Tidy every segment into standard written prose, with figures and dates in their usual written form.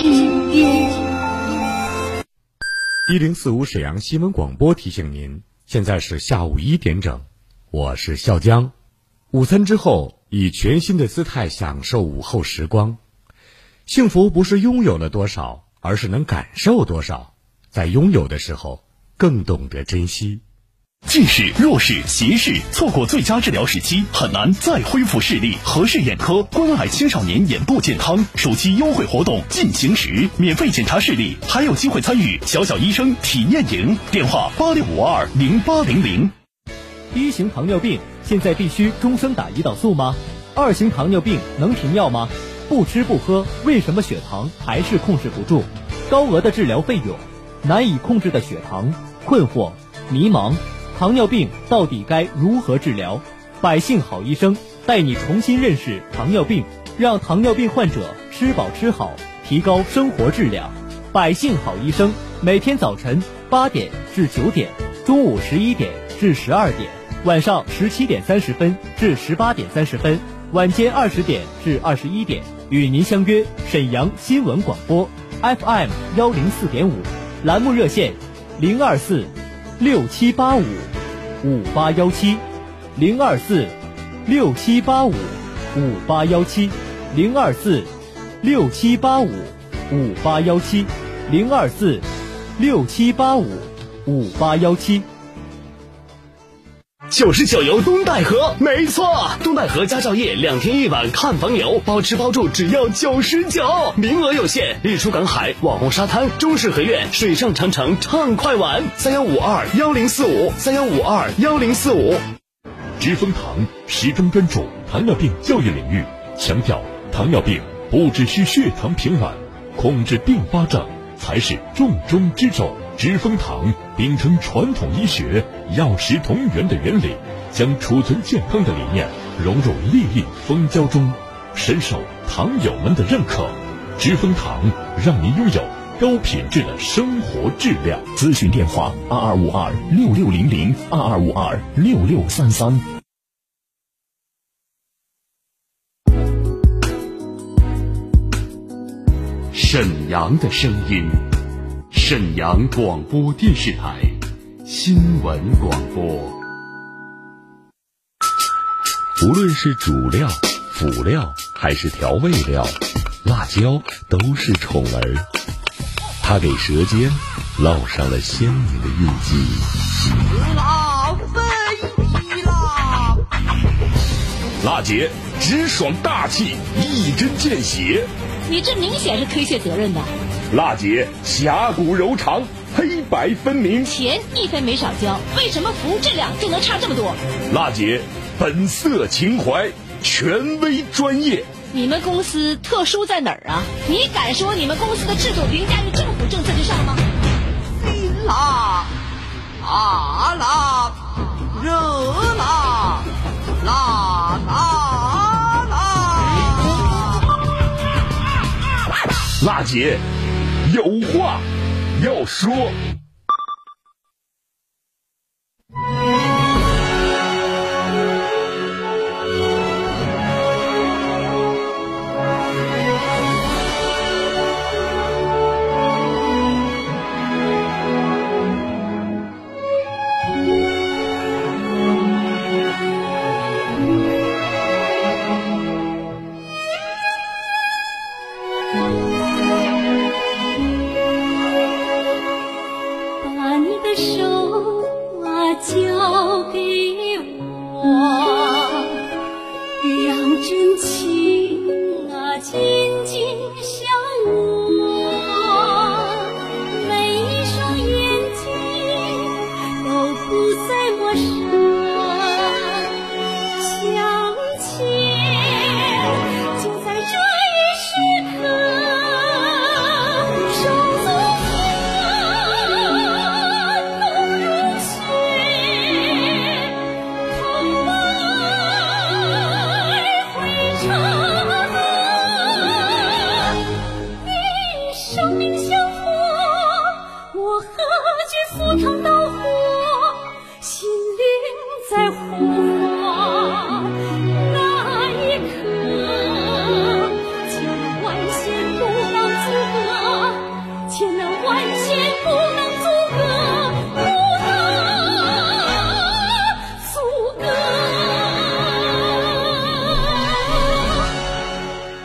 1045沈阳新闻广播提醒您，现在是下午1点整，我是笑江。午餐之后，以全新的姿态享受午后时光。幸福不是拥有了多少，而是能感受多少。在拥有的时候，更懂得珍惜。 近视、弱视、斜视，错过最佳治疗时期，很难再恢复视力。和氏眼科关爱青少年眼部健康暑期优惠活动进行时，免费检查视力，还有机会参与小小医生体验营。电话86520800。 1型糖尿病现在必须终生打胰岛素吗？2型糖尿病能停药吗？不吃不喝，为什么血糖还是控制不住？高额的治疗费用，难以控制的血糖，困惑、迷茫。糖尿病到底该如何治疗？百姓好医生带你重新认识糖尿病，让糖尿病患者吃饱吃好，提高生活质量。百姓好医生每天早晨8点至9点，中午11点至12点，晚上17点30分至18点30分，晚间20点至21点，与您相约沈阳新闻广播 FM 104.5，栏目热线024-6785-5817 024-6785-5817 024-6785-5817 024-6785-5817。 就是九游东戴河，没错，东戴河家教业2天1晚看房游，包吃包住只要99，名额有限。日出港海、网红沙滩、中式合院、水上长城畅快玩，31521045 31521045。 知蜂堂始终专注糖尿病教育领域，强调糖尿病不只是血糖平稳，控制并发症才是重中之重。知蜂堂秉承传统医学药食同源的原理，将储存健康的理念融入粒粒蜂胶中，深受糖友们的认可。知蜂堂让您拥有高品质的生活质量。 咨询电话22526600 22526633。 沈阳的声音，沈阳广播电视台新闻广播。 无论是主料、辅料还是调味料，辣椒都是宠儿，它给舌尖烙上了鲜明的印记。 辣飞机啦！ 辣姐直爽大气，一针见血。 你这明显是推卸责任的。 辣姐侠骨柔肠，黑白分明， 钱1分没少交，为什么服务质量就能差这么多？ 辣姐本色情怀，权威专业。 你们公司特殊在哪儿啊？你敢说你们公司的制度凌驾于政府政策之上吗？ 辛辣、辣辣、热辣、辣辣辣！ 辣姐有话要说。 万险不让自个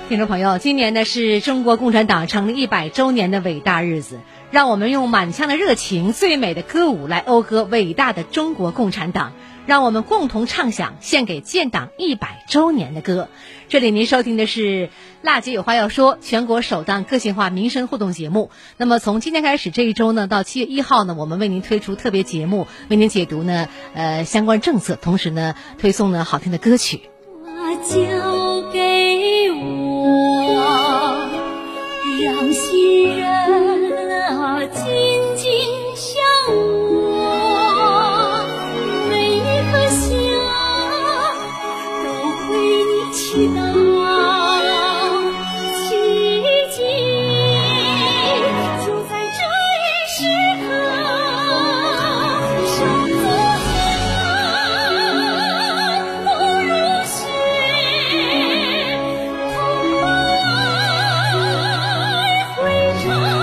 听众朋友，今年呢是中国共产党成立100周年的伟大日子，让我们用满腔的热情、最美的歌舞来讴歌伟大的中国共产党，让我们共同唱响献给建党100周年的歌。这里您收听的是辣姐有话要说，全国首档个性化民生互动节目。那么从今天开始，这一周呢到7月1号呢，我们为您推出特别节目，为您解读呢相关政策，同时呢推送呢好听的歌曲。 交给我，让新人紧紧相握，每一颗夏都为你祈祷奇迹，就在这一时刻，手足情不如血，同伴回肠。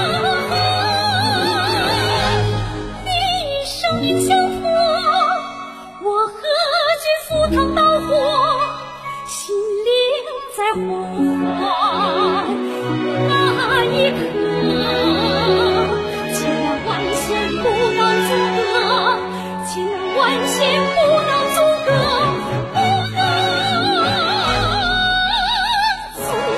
你生命相扶，我和君赴汤蹈火，心灵在呼唤。那一刻，千万万险不能阻隔，千万万险不能阻隔，不能阻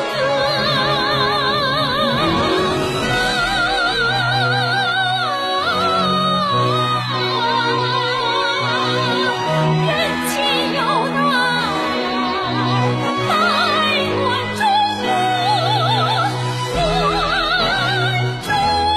人间有难，百万中国关中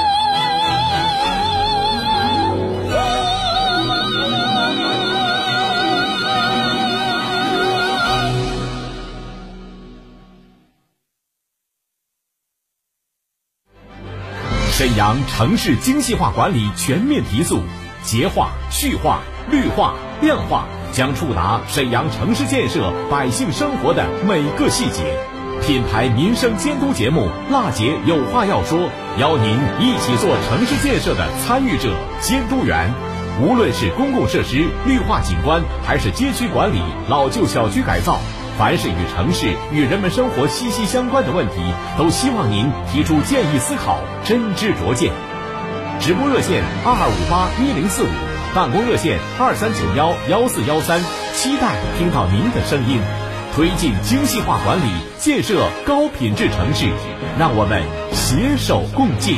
沈阳城市精细化管理全面提速，洁化、序化、绿化、量化将触达沈阳城市建设百姓生活的每个细节。品牌民生监督节目《辣姐有话要说》，邀您一起做城市建设的参与者、监督员。无论是公共设施、绿化景观，还是街区管理、老旧小区改造，凡是与城市与人们生活息息相关的问题，都希望您提出建议思考，真知灼见。直播热线22581045，办公热线23911413，期待听到您的声音。推进精细化管理，建设高品质城市，让我们携手共进。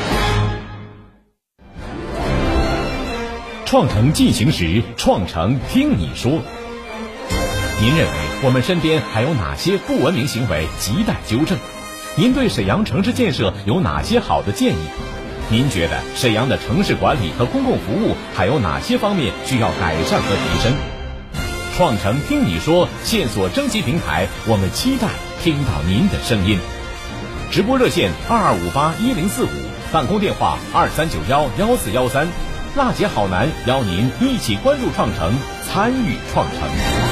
创城进行时，创城听你说。您认为我们身边还有哪些不文明行为亟待纠正？您对沈阳城市建设有哪些好的建议？您觉得沈阳的城市管理和公共服务还有哪些方面需要改善和提升？创城听你说线索征集平台，我们期待听到您的声音。直播热线22581045，办公电话23911413。辣姐好男邀您一起关注创城，参与创城。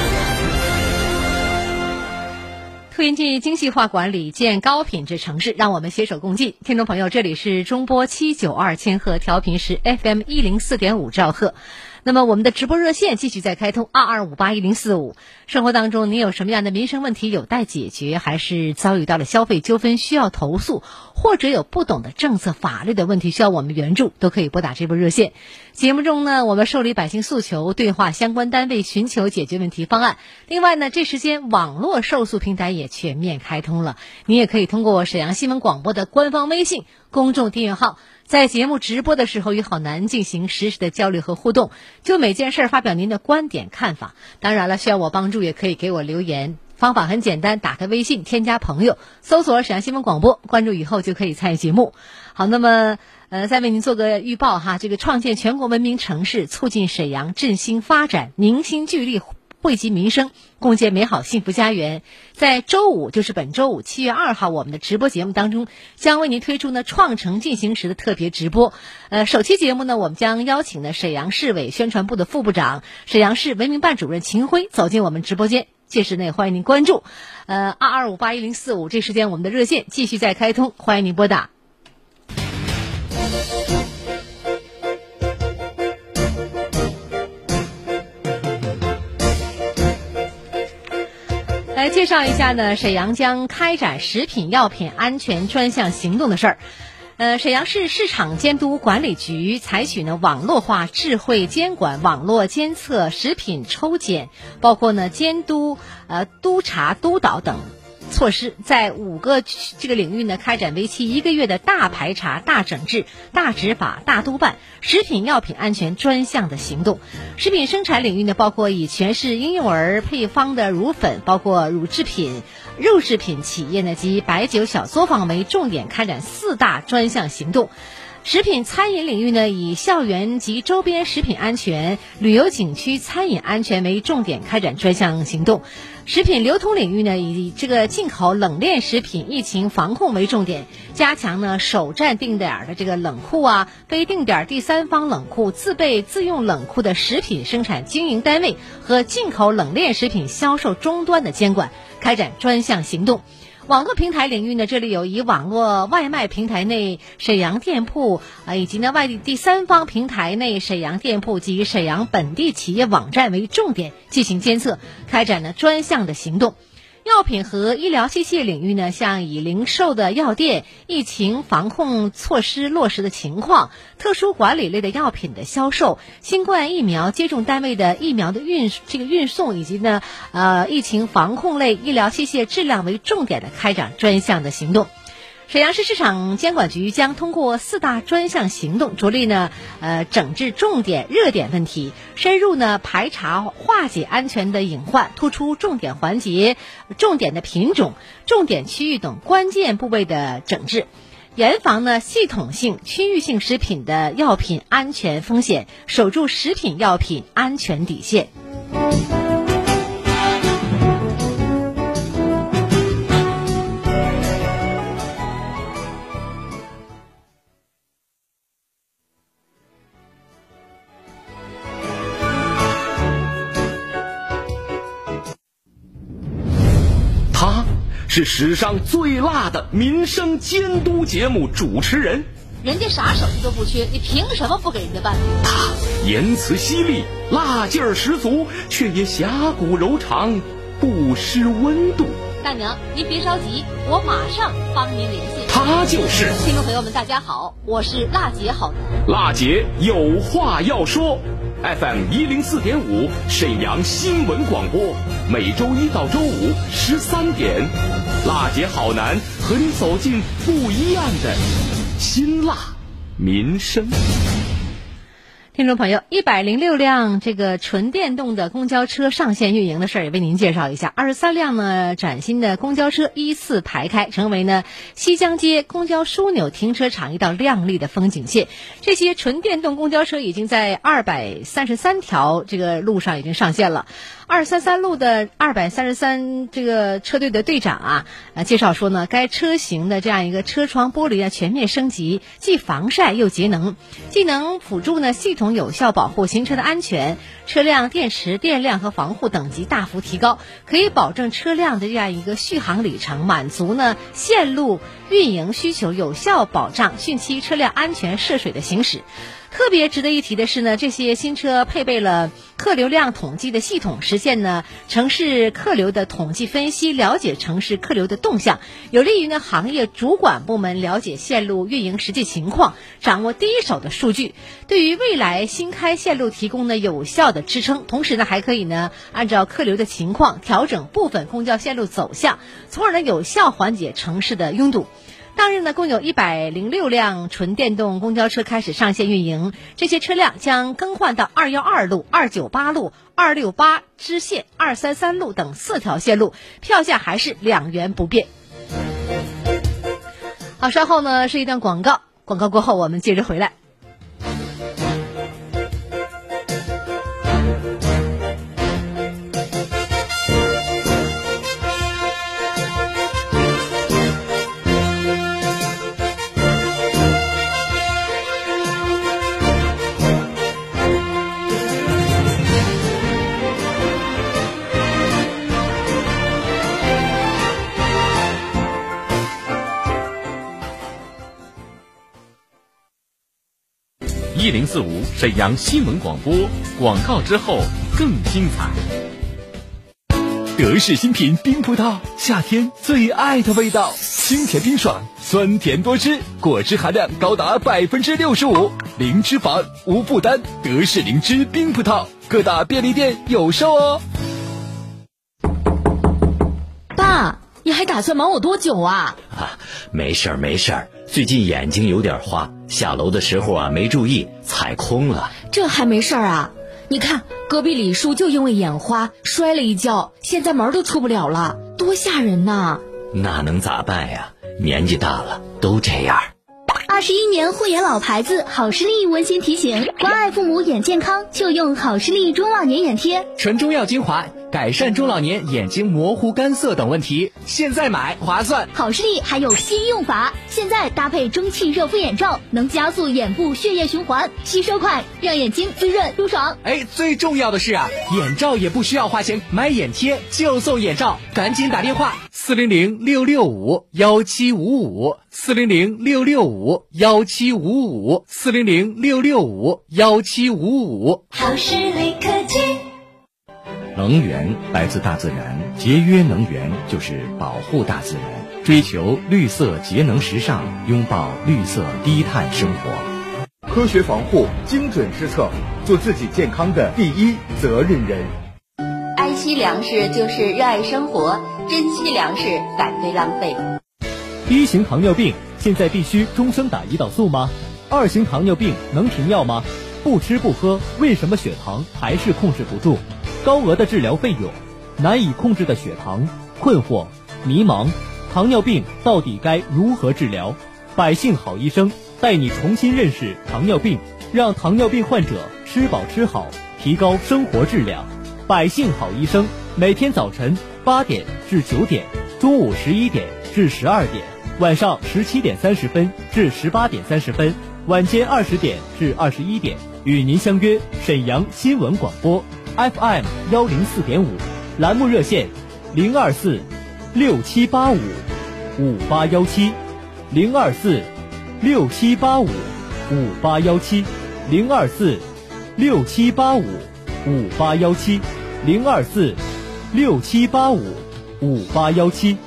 推进精细化管理，建高品质城市，让我们携手共进。听众朋友，这里是中波792千赫，调频是 FM 104.5兆赫。那么我们的直播热线继续在开通22581045。生活当中您有什么样的民生问题有待解决，还是遭遇到了消费纠纷需要投诉，或者有不懂的政策法律的问题需要我们援助，都可以拨打这波热线。节目中呢，我们受理百姓诉求，对话相关单位寻求解决问题方案。另外呢，这时间网络受诉平台也全面开通了，您也可以通过沈阳新闻广播的官方微信公众订阅号，在节目直播的时候与好男进行实时的交流和互动，就每件事发表您的观点看法。当然了，需要我帮助也可以给我留言，方法很简单，打开微信添加朋友，搜索沈阳新闻广播，关注以后就可以参与节目。好，那么再为您做个预报哈，这个创建全国文明城市，促进沈阳振兴发展，凝心聚力惠及民生，共建美好幸福家园。在周五，就是本周五7月2号，我们的直播节目当中将为您推出呢创城进行时的特别直播。首期节目呢，我们将邀请呢沈阳市委宣传部的副部长、沈阳市文明办主任秦辉走进我们直播间。届时呢，也欢迎您关注22581045，这时间我们的热线继续在开通，欢迎您拨打。 来介绍一下呢，沈阳将开展食品药品安全专项行动的事儿。沈阳市市场监督管理局采取呢网络化智慧监管、网络监测、食品抽检，包括呢监督、督查、督导等措施，在5个这个领域呢开展为期1个月的大排查、大整治、大执法、大督办食品药品安全专项的行动。食品生产领域呢，包括以全是婴幼儿配方的乳粉，包括乳制品、肉制品企业呢及白酒小作坊为重点开展4大专项行动。食品餐饮领域呢，以校园及周边食品安全、旅游景区餐饮安全为重点开展专项行动。食品流通领域呢，以这个进口冷链食品疫情防控为重点，加强呢首站定点的这个冷库啊、非定点第三方冷库、自备自用冷库的食品生产经营单位和进口冷链食品销售终端的监管，开展专项行动。网络平台领域呢，这里有以网络外卖平台内沈阳店铺以及呢外地第三方平台内沈阳店铺及沈阳本地企业网站为重点进行监测，开展了专项的行动。药品和医疗器械领域呢，像以零售的药店疫情防控措施落实的情况、特殊管理类的药品的销售、新冠疫苗接种单位的疫苗的运送，以及呢疫情防控类医疗器械质量为重点的开展专项的行动。沈阳市市场监管局将通过4大专项行动，着力呢整治重点热点问题，深入呢排查化解安全的隐患，突出重点环节、重点的品种、重点区域等关键部位的整治，严防呢系统性、区域性食品的药品安全风险，守住食品药品安全底线。 是史上最辣的民生监督节目主持人， 人家啥手艺都不缺，你凭什么不给人家办？ 他言辞犀利，辣劲儿十足，却也侠骨柔肠，不失温度。 大娘，您别着急，我马上帮您联系。 他就是听众朋友们，大家好，我是辣姐好男。 辣姐有话要说。FM 104.5沈阳新闻广播，每周1到周5 13点，辣姐好男和你走进不一样的辛辣民生。 听众朋友，106辆这个纯电动的公交车上线运营的事儿也为您介绍一下。23辆呢崭新的公交车依次排开，成为呢西江街公交枢纽停车场一道亮丽的风景线。这些纯电动公交车已经在233条这个路上已经上线了。233路的233这个车队的队长介绍说呢，该车型的这样一个车窗玻璃全面升级，既防晒又节能，既能辅助呢系统有效保护行车的安全，车辆电池电量和防护等级大幅提高，可以保证车辆的这样一个续航里程，满足呢线路运营需求，有效保障汛期车辆安全涉水的行驶。特别值得一提的是呢，这些新车配备了客流量统计的系统，实现呢城市客流的统计分析，了解城市客流的动向，有利于呢行业主管部门了解线路运营实际情况，掌握第一手的数据，对于未来新开线路提供呢有效的支撑。同时呢还可以呢按照客流的情况调整部分公交线路走向，从而呢有效缓解城市的拥堵。当日呢，共有106辆纯电动公交车开始上线运营，这些车辆将更换到212路、298路、268支线、233路等4条线路，票价还是2元不变。好，稍后呢是一段广告，广告过后我们接着回来。 1045沈阳新闻广播，广告之后更精彩。 德式新品冰葡萄，夏天最爱的味道，清甜冰爽，酸甜多汁，果汁含量高达65%，零脂肪无负担。德式灵芝冰葡萄，各大便利店有售哦。 爸，你还打算瞒我多久啊？ 没事儿，最近眼睛有点花，下楼的时候没注意踩空了。 这还没事儿啊？你看隔壁李叔就因为眼花摔了一跤，现在门都出不了了，多吓人呐！ 那能咋办呀？年纪大了都这样。 21年护眼老牌子好视力温馨提醒：关爱父母眼健康，就用好视力中老年眼贴， 纯中药精华，改善中老年眼睛模糊、干涩等问题。现在买划算。 好视力还有新用法，现在搭配蒸汽热敷眼罩，能加速眼部血液循环，吸收快，让眼睛滋润舒爽。 最重要的是眼罩也不需要花钱，买眼贴就送眼罩，赶紧打电话400-665-1755，400-665-1755，400-665-1755。 好视力科技。 能源来自大自然，节约能源就是保护大自然，追求绿色节能时尚，拥抱绿色低碳生活。 科学防护，精准施策，做自己健康的第一责任人。 爱惜粮食就是热爱生活，珍惜粮食，反对浪费。 1型糖尿病现在必须终生打胰岛素吗？2型糖尿病能停药吗？不吃不喝，为什么血糖还是控制不住？高额的治疗费用，难以控制的血糖，困惑、迷茫，糖尿病到底该如何治疗？百姓好医生带你重新认识糖尿病，让糖尿病患者吃饱吃好，提高生活质量。百姓好医生每天早晨8点至9点，中午11点至12点，晚上17点30分至18点30分，晚间20点至21点，与您相约沈阳新闻广播 FM 104.5，栏目热线024-678-5817，024-678-5817，024-678-5817。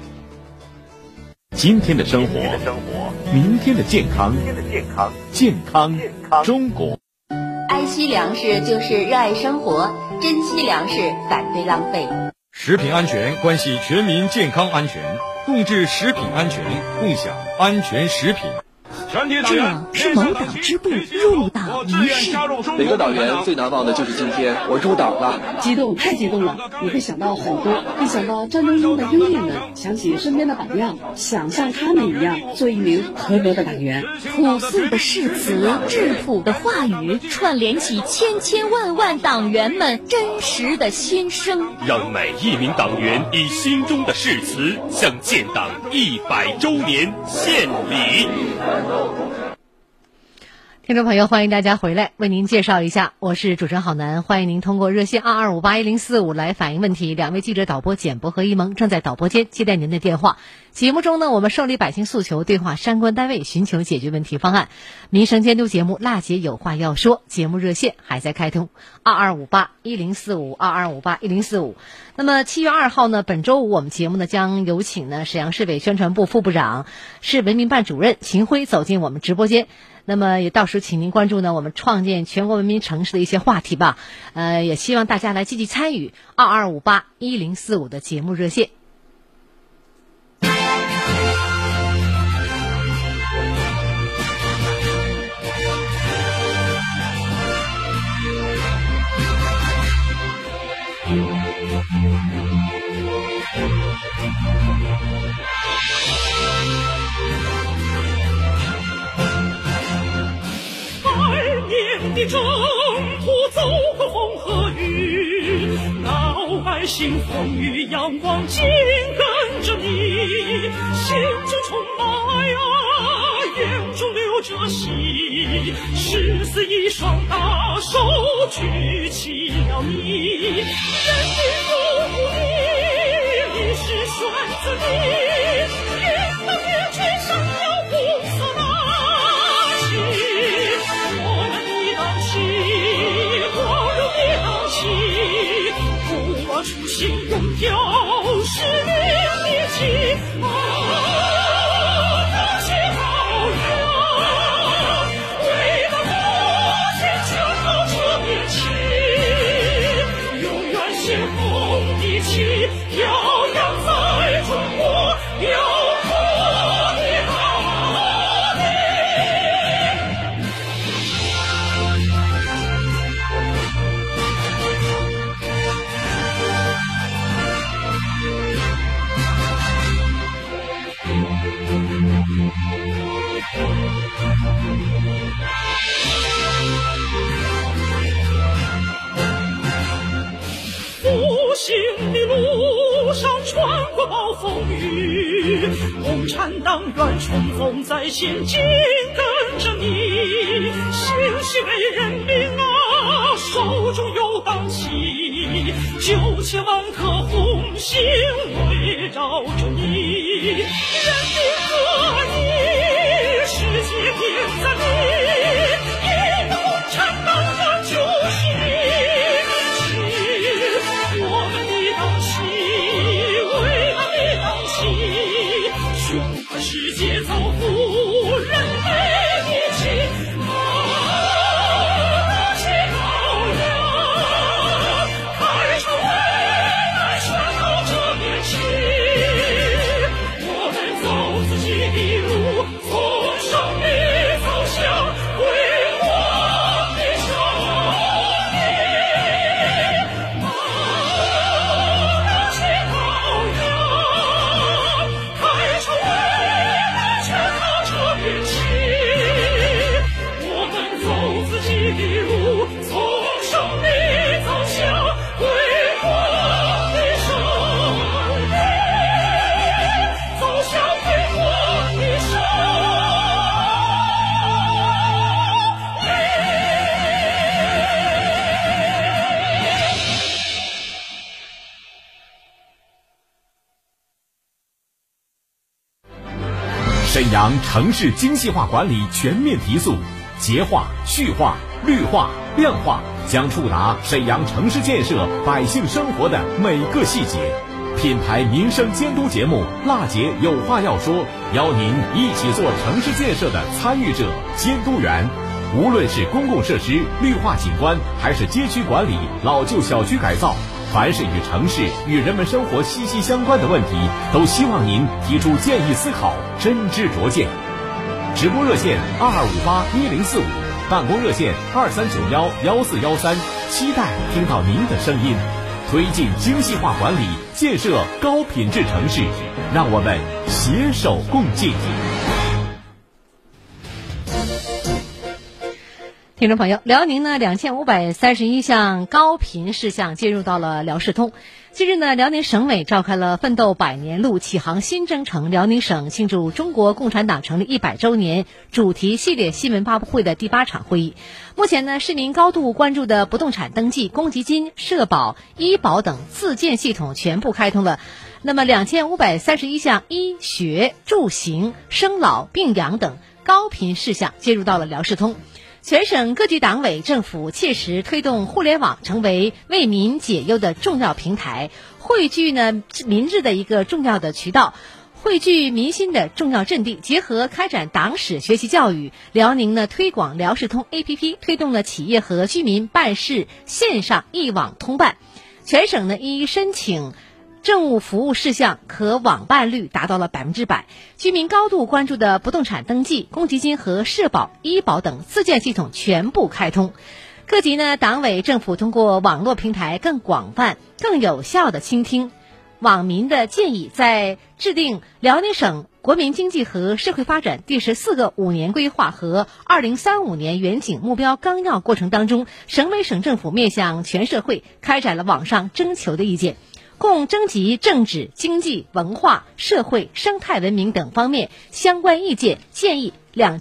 今天的生活，明天的健康，健康中国。 爱惜粮食就是热爱生活，珍惜粮食，反对浪费。 食品安全关系全民健康安全，共治食品安全，共享安全食品。 这是某党支部入党仪式。 每个党员最难忘的就是今天我入党了， 激动，太激动了！你会想到很多，会想到战争中的英烈们，想起身边的榜样，想像他们一样做一名合格的党员。 朴素的誓词，质朴的话语，串联起千千万万党员们真实的心声， 让每一名党员以心中的誓词向建党100周年献礼。 听众朋友，欢迎大家回来，为您介绍一下，我是主持人郝楠，欢迎您通过热线22581045来反映问题。2位记者导播简博和一萌正在导播间接待您的电话。节目中呢，我们受理百姓诉求，对话相关单位，寻求解决问题方案。民生监督节目《辣姐有话要说》节目热线还在开通，22581045，22581045。那么7月2号呢，本周五我们节目呢将有请呢沈阳市委宣传部副部长、市文明办主任秦辉走进我们直播间。那么也到时请您关注呢我们创建全国文明城市的一些话题吧，也希望大家来积极参与22581045的节目热线。 的征途走过风和雨，老百姓风雨阳光紧跟着你，心中充满眼中流着喜，誓死一双大手举起了你，人民如故你，历史选择你，越党越全上了红色大旗。光荣的党旗，不忘初心。 心永吊是令的情那些高粱为了母亲牵好这面旗，永远是红的旗飘扬在中国辽阔的大地。复兴的路上穿过暴风雨，共产党员冲锋在前，紧跟着你，兴息为人民啊，手中有党旗，9000万颗红星围绕着你，人民和你，世界点赞你，一个共产党员就是你。我们的党旗，伟大的党旗，胸怀世界造福人类的旗，那些高粱开出未来，宣告这面旗，我们走自己的路，从胜利走向辉煌的胜利。那些高粱开出未来，宣告这面旗，我们走自己的路，从胜利走向辉煌的胜利，走向辉煌的胜沈阳城市精细化管理全面提速，洁化、序化、绿化、量化将触达沈阳城市建设百姓生活的每个细节。品牌民生监督节目《辣姐有话要说》，邀您一起做城市建设的参与者、监督员。无论是公共设施绿化景观，还是街区管理、老旧小区改造，凡是与城市与人们生活息息相关的问题，都希望您提出建议思考，真知灼见。直播热线22581045，办公热线23911413，期待听到您的声音。推进精细化管理，建设高品质城市，让我们携手共进。 听众朋友，辽宁呢2531项高频事项接入到了辽视通。近日呢，辽宁省委召开了奋斗100年路启航新征程辽宁省庆祝中国共产党成立100周年主题系列新闻发布会的第8场会议。目前呢，市民高度关注的不动产登记、公积金、社保、医保等自建系统全部开通了。那么2531项医学、住行、生老病养等高频事项接入到了辽视通。全省各级党委政府切实推动互联网成为为民解忧的重要平台，汇聚呢民智的一个重要的渠道，汇聚民心的重要阵地。结合开展党史学习教育，辽宁呢推广辽视通 APP， 推动了企业和居民办事线上一网通办。全省呢一申请政务服务事项可网办率达到了100%，居民高度关注的不动产登记、公积金和社保、医保等自建系统全部开通。各级呢党委政府通过网络平台更广泛、更有效地倾听网民的建议，在制定辽宁省国民经济和社会发展第14个5年规划和2035年远景目标纲要过程当中，省委省政府面向全社会开展了网上征求的意见，共征集政治、经济、文化、社会、生态文明等方面相关意见建议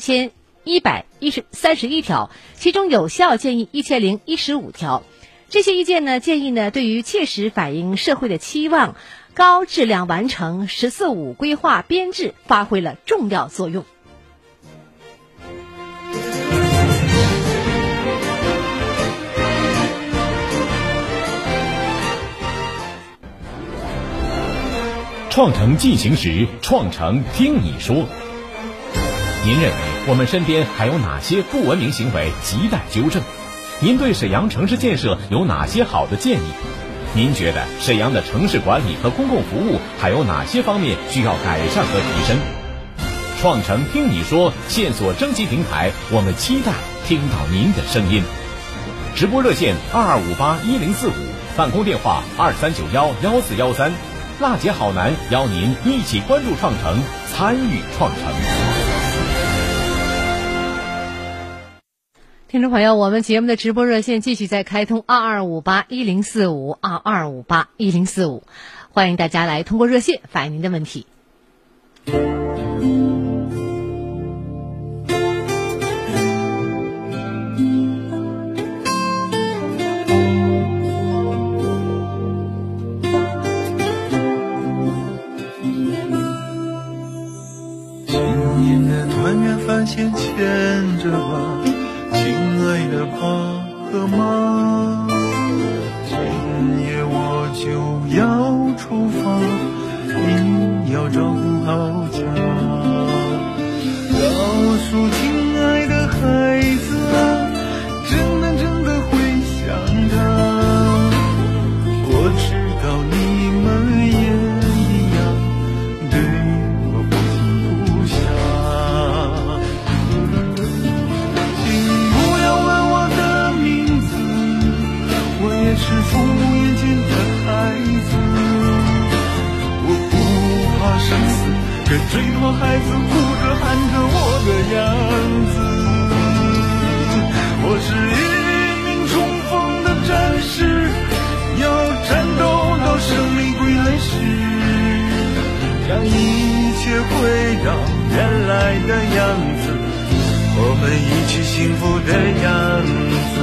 2131条，其中有效建议1015条。这些意见呢建议呢，对于切实反映社会的期望，高质量完成“十四五”规划编制发挥了重要作用。 创城进行时，创城听你说。您认为我们身边还有哪些不文明行为亟待纠正？您对沈阳城市建设有哪些好的建议？您觉得沈阳的城市管理和公共服务还有哪些方面需要改善和提升？创城听你说线索征集平台，我们期待听到您的声音。直播热线22581045，办公电话23911413。辣姐好男邀您一起关注创城，参与创城。 听众朋友，我们节目的直播热线继续在开通22581045，22581045，欢迎大家来通过热线反映您的问题。 发现牵着吧，亲爱的爸和妈，今夜我就要出发，你要照顾好家。告诉亲爱的孩子啊，真的会想他。我知道你们也一样对我不听不下。是父母眼前的孩子，我不怕生死，可最怕孩子哭着喊着我的样子。我是一名冲锋的战士，要战斗到生命归来时，让一切回到原来的样子，我们一起幸福的样子。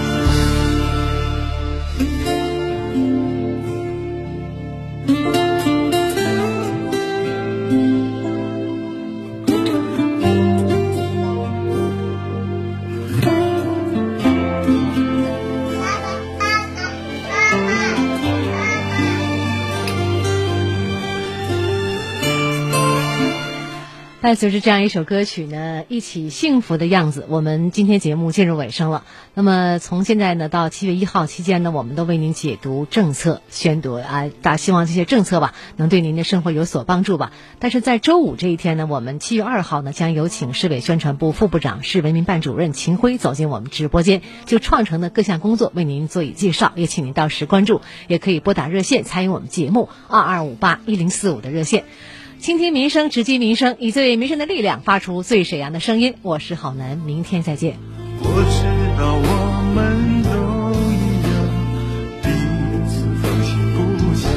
伴随着这样一首歌曲呢，一起幸福的样子，我们今天节目进入尾声了。那么从现在呢到7月1号期间呢，我们都为您解读政策宣读希望这些政策吧能对您的生活有所帮助吧。但是在周五这一天呢，我们7月2号呢将有请市委宣传部副部长、市文明办主任秦辉走进我们直播间，就创城的各项工作为您做以介绍，也请您到时关注，也可以拨打热线参与我们节目22581045的热线。倾听民生，直击民生，以最民生的力量发出最沈阳的声音。我是郝楠，明天再见。 我知道我们都一样，彼此放心不下。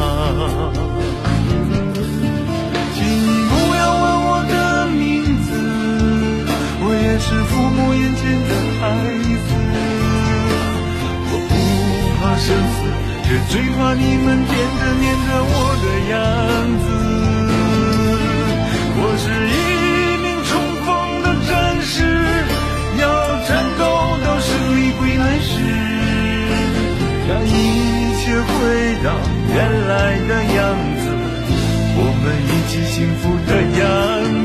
请你不要问我的名字，我也是父母眼前的孩子。我不怕生死，却最怕你们惦着念着我的样子。我是一名冲锋的战士，要战斗到胜利归来时，让一切回到原来的样子，我们一起幸福的样子。